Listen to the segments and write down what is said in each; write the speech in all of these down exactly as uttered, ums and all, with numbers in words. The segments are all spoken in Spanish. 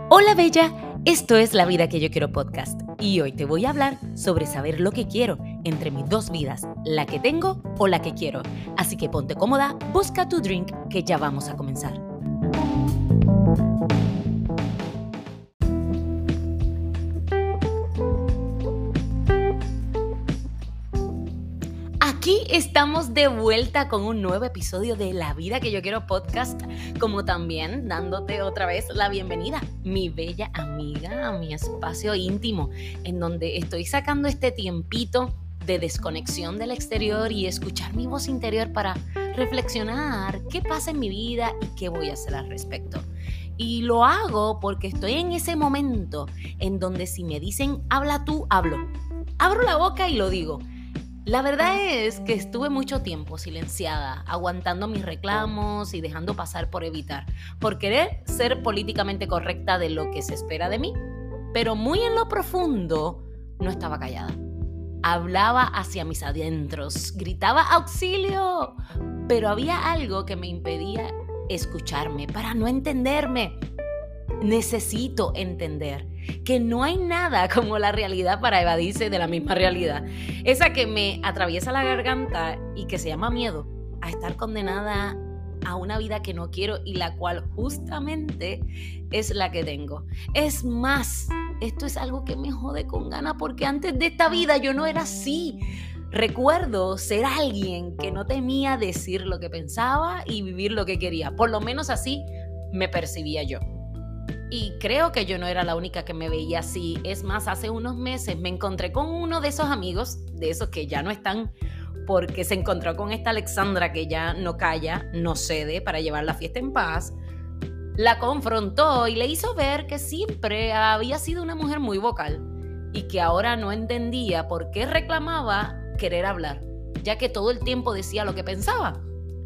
Hola Bella, esto es La Vida que yo quiero podcast y hoy te voy a hablar sobre saber lo que quiero entre mis dos vidas, la que tengo o la que quiero. Así que ponte cómoda, busca tu drink que ya vamos a comenzar. Aquí estamos de vuelta con un nuevo episodio de La Vida que yo quiero podcast, como también dándote otra vez la bienvenida, mi bella amiga, a mi espacio íntimo, en donde estoy sacando este tiempito de desconexión del exterior y escuchar mi voz interior para reflexionar qué pasa en mi vida y qué voy a hacer al respecto. Y lo hago porque estoy en ese momento en donde si me dicen habla tú, hablo. Abro la boca y lo digo. La verdad es que estuve mucho tiempo silenciada, aguantando mis reclamos y dejando pasar por evitar, por querer ser políticamente correcta de lo que se espera de mí, pero muy en lo profundo no estaba callada. Hablaba hacia mis adentros, gritaba auxilio, pero había algo que me impedía escucharme para no entenderme. Necesito entender que no hay nada como la realidad para evadirse de la misma realidad. Esa que me atraviesa la garganta y que se llama miedo a estar condenada a una vida que no quiero y la cual justamente es la que tengo. Es más, esto es algo que me jode con ganas porque antes de esta vida yo no era así. Recuerdo ser alguien que no temía decir lo que pensaba y vivir lo que quería. Por lo menos así me percibía yo. Y creo que yo no era la única que me veía así. Es más, hace unos meses me encontré con uno de esos amigos, de esos que ya no están, porque se encontró con esta Alexandra que ya no calla, no cede para llevar la fiesta en paz. La confrontó y le hizo ver que siempre había sido una mujer muy vocal y que ahora no entendía por qué reclamaba querer hablar, ya que todo el tiempo decía lo que pensaba.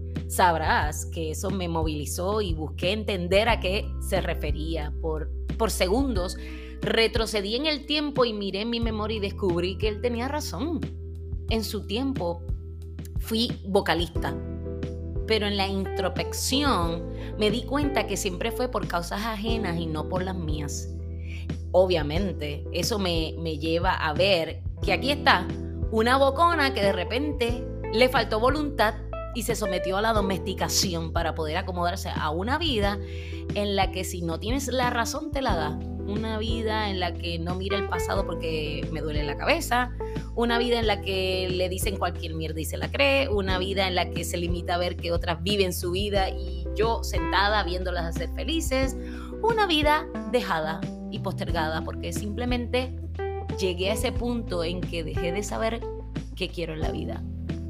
Sabrás que eso me movilizó y busqué entender a qué se refería. Por, por segundos retrocedí en el tiempo y miré en mi memoria y descubrí que él tenía razón. En su tiempo fui vocalista, pero en la introspección me di cuenta que siempre fue por causas ajenas y no por las mías. Obviamente, eso me, me lleva a ver que aquí está una bocona que de repente le faltó voluntad y se sometió a la domesticación para poder acomodarse a una vida en la que si no tienes la razón te la da. Una vida en la que no mira el pasado porque me duele la cabeza. Una vida en la que le dicen cualquier mierda y se la cree. Una vida en la que se limita a ver que otras viven su vida y yo sentada viéndolas hacer felices. Una vida dejada y postergada porque simplemente llegué a ese punto en que dejé de saber qué quiero en la vida.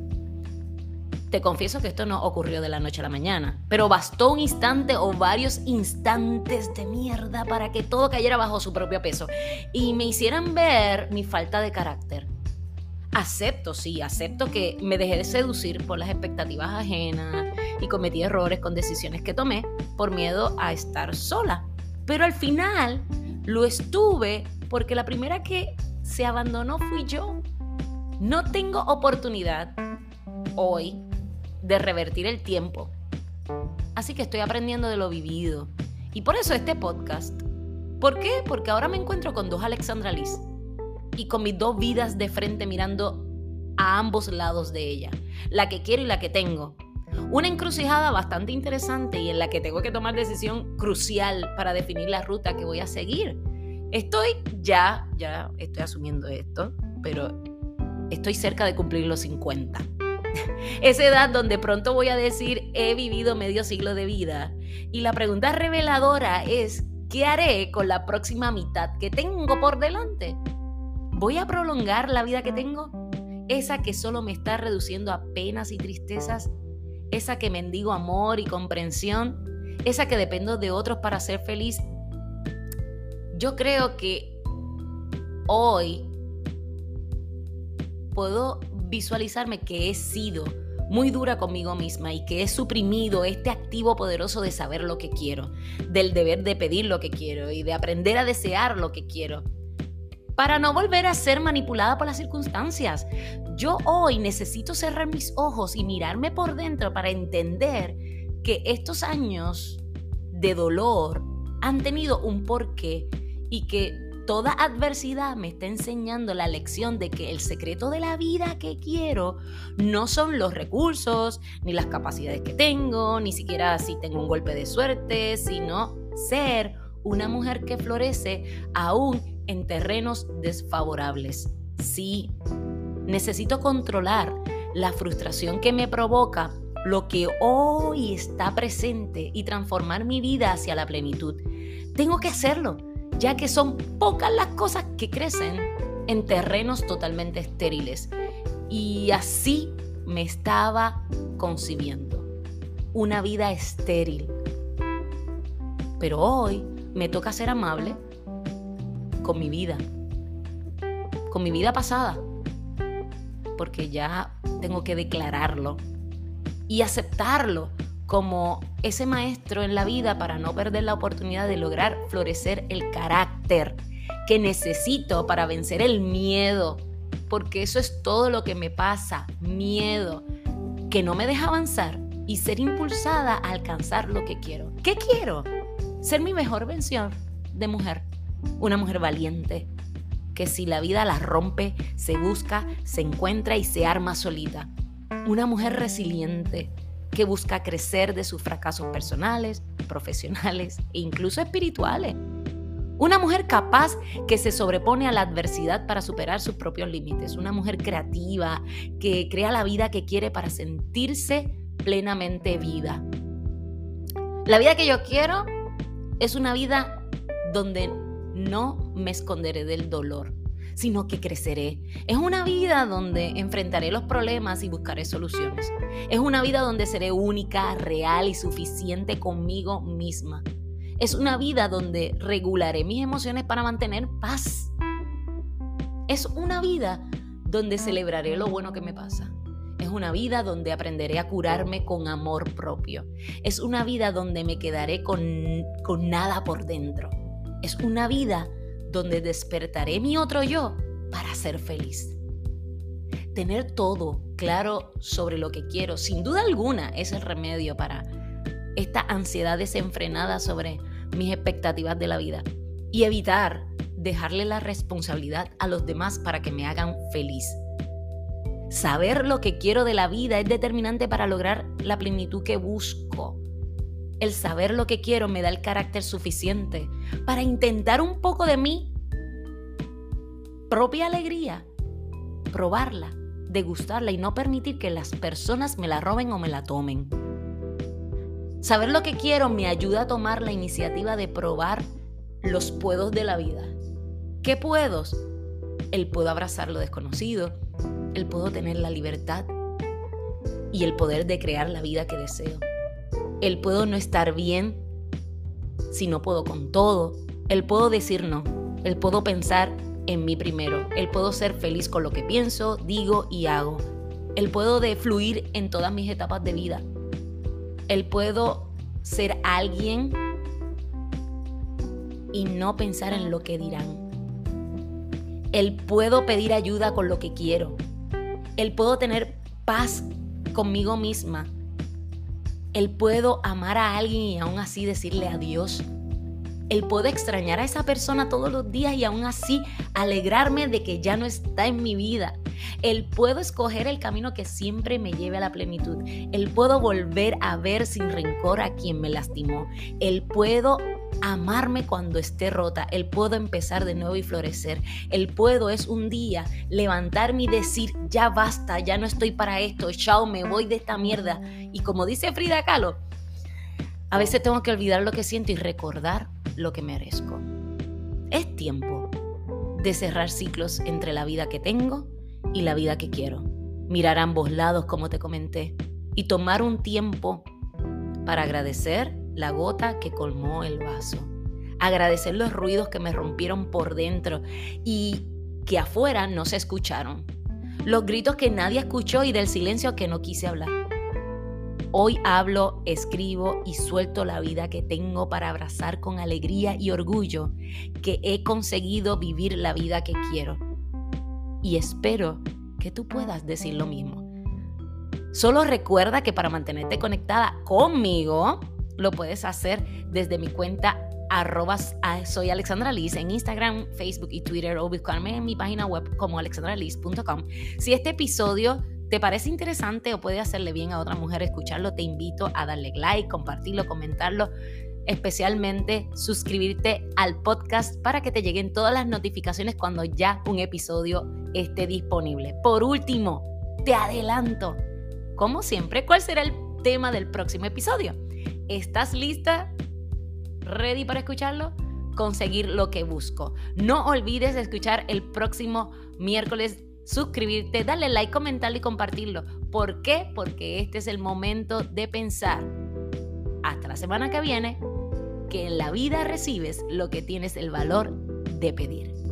Te confieso que esto no ocurrió de la noche a la mañana, pero bastó un instante o varios instantes de mierda para que todo cayera bajo su propio peso y me hicieran ver mi falta de carácter. Acepto, sí, acepto que me dejé de seducir por las expectativas ajenas y cometí errores con decisiones que tomé por miedo a estar sola. Pero al final lo estuve porque la primera que se abandonó fui yo. No tengo oportunidad hoy de revertir el tiempo. Así que estoy aprendiendo de lo vivido. Y por eso este podcast. ¿Por qué? Porque ahora me encuentro con dos Alexandra Liz. Y con mis dos vidas de frente mirando a ambos lados de ella. La que quiero y la que tengo. Una encrucijada bastante interesante y en la que tengo que tomar decisión crucial para definir la ruta que voy a seguir. Estoy ya, ya estoy asumiendo esto, pero estoy cerca de cumplir los cincuenta. Esa edad donde pronto voy a decir he vivido medio siglo de vida y la pregunta reveladora es ¿qué haré con la próxima mitad que tengo por delante? ¿Voy a prolongar la vida que tengo? Esa que solo me está reduciendo a penas y tristezas, esa que mendigo amor y comprensión, esa que dependo de otros para ser feliz. Yo creo que hoy puedo visualizarme que he sido muy dura conmigo misma y que he suprimido este activo poderoso de saber lo que quiero, del deber de pedir lo que quiero y de aprender a desear lo que quiero, para no volver a ser manipulada por las circunstancias. Yo hoy necesito cerrar mis ojos y mirarme por dentro para entender que estos años de dolor han tenido un porqué y que toda adversidad me está enseñando la lección de que el secreto de la vida que quiero no son los recursos, ni las capacidades que tengo, ni siquiera si tengo un golpe de suerte, sino ser una mujer que florece aún en terrenos desfavorables. Sí, necesito controlar la frustración que me provoca lo que hoy está presente y transformar mi vida hacia la plenitud. Tengo que hacerlo, ya que son pocas las cosas que crecen en terrenos totalmente estériles. Y así me estaba concibiendo. Una vida estéril. Pero hoy me toca ser amable con mi vida. Con mi vida pasada. Porque ya tengo que declararlo y aceptarlo como ese maestro en la vida para no perder la oportunidad de lograr florecer el carácter que necesito para vencer el miedo, porque eso es todo lo que me pasa, miedo, que no me deja avanzar y ser impulsada a alcanzar lo que quiero. ¿Qué quiero? Ser mi mejor versión de mujer, una mujer valiente, que si la vida la rompe, se busca, se encuentra y se arma solita. Una mujer resiliente, que busca crecer de sus fracasos personales, profesionales e incluso espirituales. Una mujer capaz que se sobrepone a la adversidad para superar sus propios límites. Una mujer creativa que crea la vida que quiere para sentirse plenamente viva. La vida que yo quiero es una vida donde no me esconderé del dolor, sino que creceré. Es una vida donde enfrentaré los problemas y buscaré soluciones. Es una vida donde seré única, real y suficiente conmigo misma. Es una vida donde regularé mis emociones para mantener paz. Es una vida donde celebraré lo bueno que me pasa. Es una vida donde aprenderé a curarme con amor propio. Es una vida donde me quedaré con, con nada por dentro. Es una vida donde despertaré mi otro yo para ser feliz. Tener todo claro sobre lo que quiero, sin duda alguna, es el remedio para esta ansiedad desenfrenada sobre mis expectativas de la vida. Y evitar dejarle la responsabilidad a los demás para que me hagan feliz. Saber lo que quiero de la vida es determinante para lograr la plenitud que busco. El saber lo que quiero me da el carácter suficiente para intentar un poco de mi propia alegría, probarla, degustarla y no permitir que las personas me la roben o me la tomen. Saber lo que quiero me ayuda a tomar la iniciativa de probar los puedos de la vida. ¿Qué puedos? El puedo abrazar lo desconocido, el puedo tener la libertad y el poder de crear la vida que deseo. El puedo no estar bien si no puedo con todo. El puedo decir no. El puedo pensar en mí primero. El puedo ser feliz con lo que pienso, digo y hago. El puedo de fluir en todas mis etapas de vida. El puedo ser alguien y no pensar en lo que dirán. El puedo pedir ayuda con lo que quiero. El puedo tener paz conmigo misma. El puedo amar a alguien y aún así decirle adiós. El puedo extrañar a esa persona todos los días y aún así alegrarme de que ya no está en mi vida. El puedo escoger el camino que siempre me lleve a la plenitud. El puedo volver a ver sin rencor a quien me lastimó. El puedo amarme cuando esté rota. El puedo empezar de nuevo y florecer. El puedo es un día levantarme y decir, ya basta, ya no estoy para esto, chao, me voy de esta mierda. Y como dice Frida Kahlo, a veces tengo que olvidar lo que siento y recordar lo que merezco. Es tiempo de cerrar ciclos entre la vida que tengo y la vida que quiero. Mirar a ambos lados, como te comenté, y tomar un tiempo para agradecer la gota que colmó el vaso. Agradecer los ruidos que me rompieron por dentro y que afuera no se escucharon. Los gritos que nadie escuchó y del silencio que no quise hablar. Hoy hablo, escribo y suelto la vida que tengo para abrazar con alegría y orgullo que he conseguido vivir la vida que quiero. Y espero que tú puedas decir lo mismo. Solo recuerda que para mantenerte conectada conmigo, lo puedes hacer desde mi cuenta arroba soy Alexandra Liz en Instagram, Facebook y Twitter, o buscarme en mi página web como alexandra liz punto com. Si este episodio te parece interesante o puede hacerle bien a otra mujer escucharlo, te invito a darle like, compartirlo, comentarlo, especialmente suscribirte al podcast para que te lleguen todas las notificaciones cuando ya un episodio esté disponible. Por último, te adelanto, como siempre, ¿cuál será el tema del próximo episodio? ¿Estás lista? ¿Ready para escucharlo? Conseguir lo que busco. No olvides de escuchar el próximo miércoles, suscribirte, darle like, comentarlo y compartirlo. ¿Por qué? Porque este es el momento de pensar. Hasta la semana que viene, que en la vida recibes lo que tienes el valor de pedir.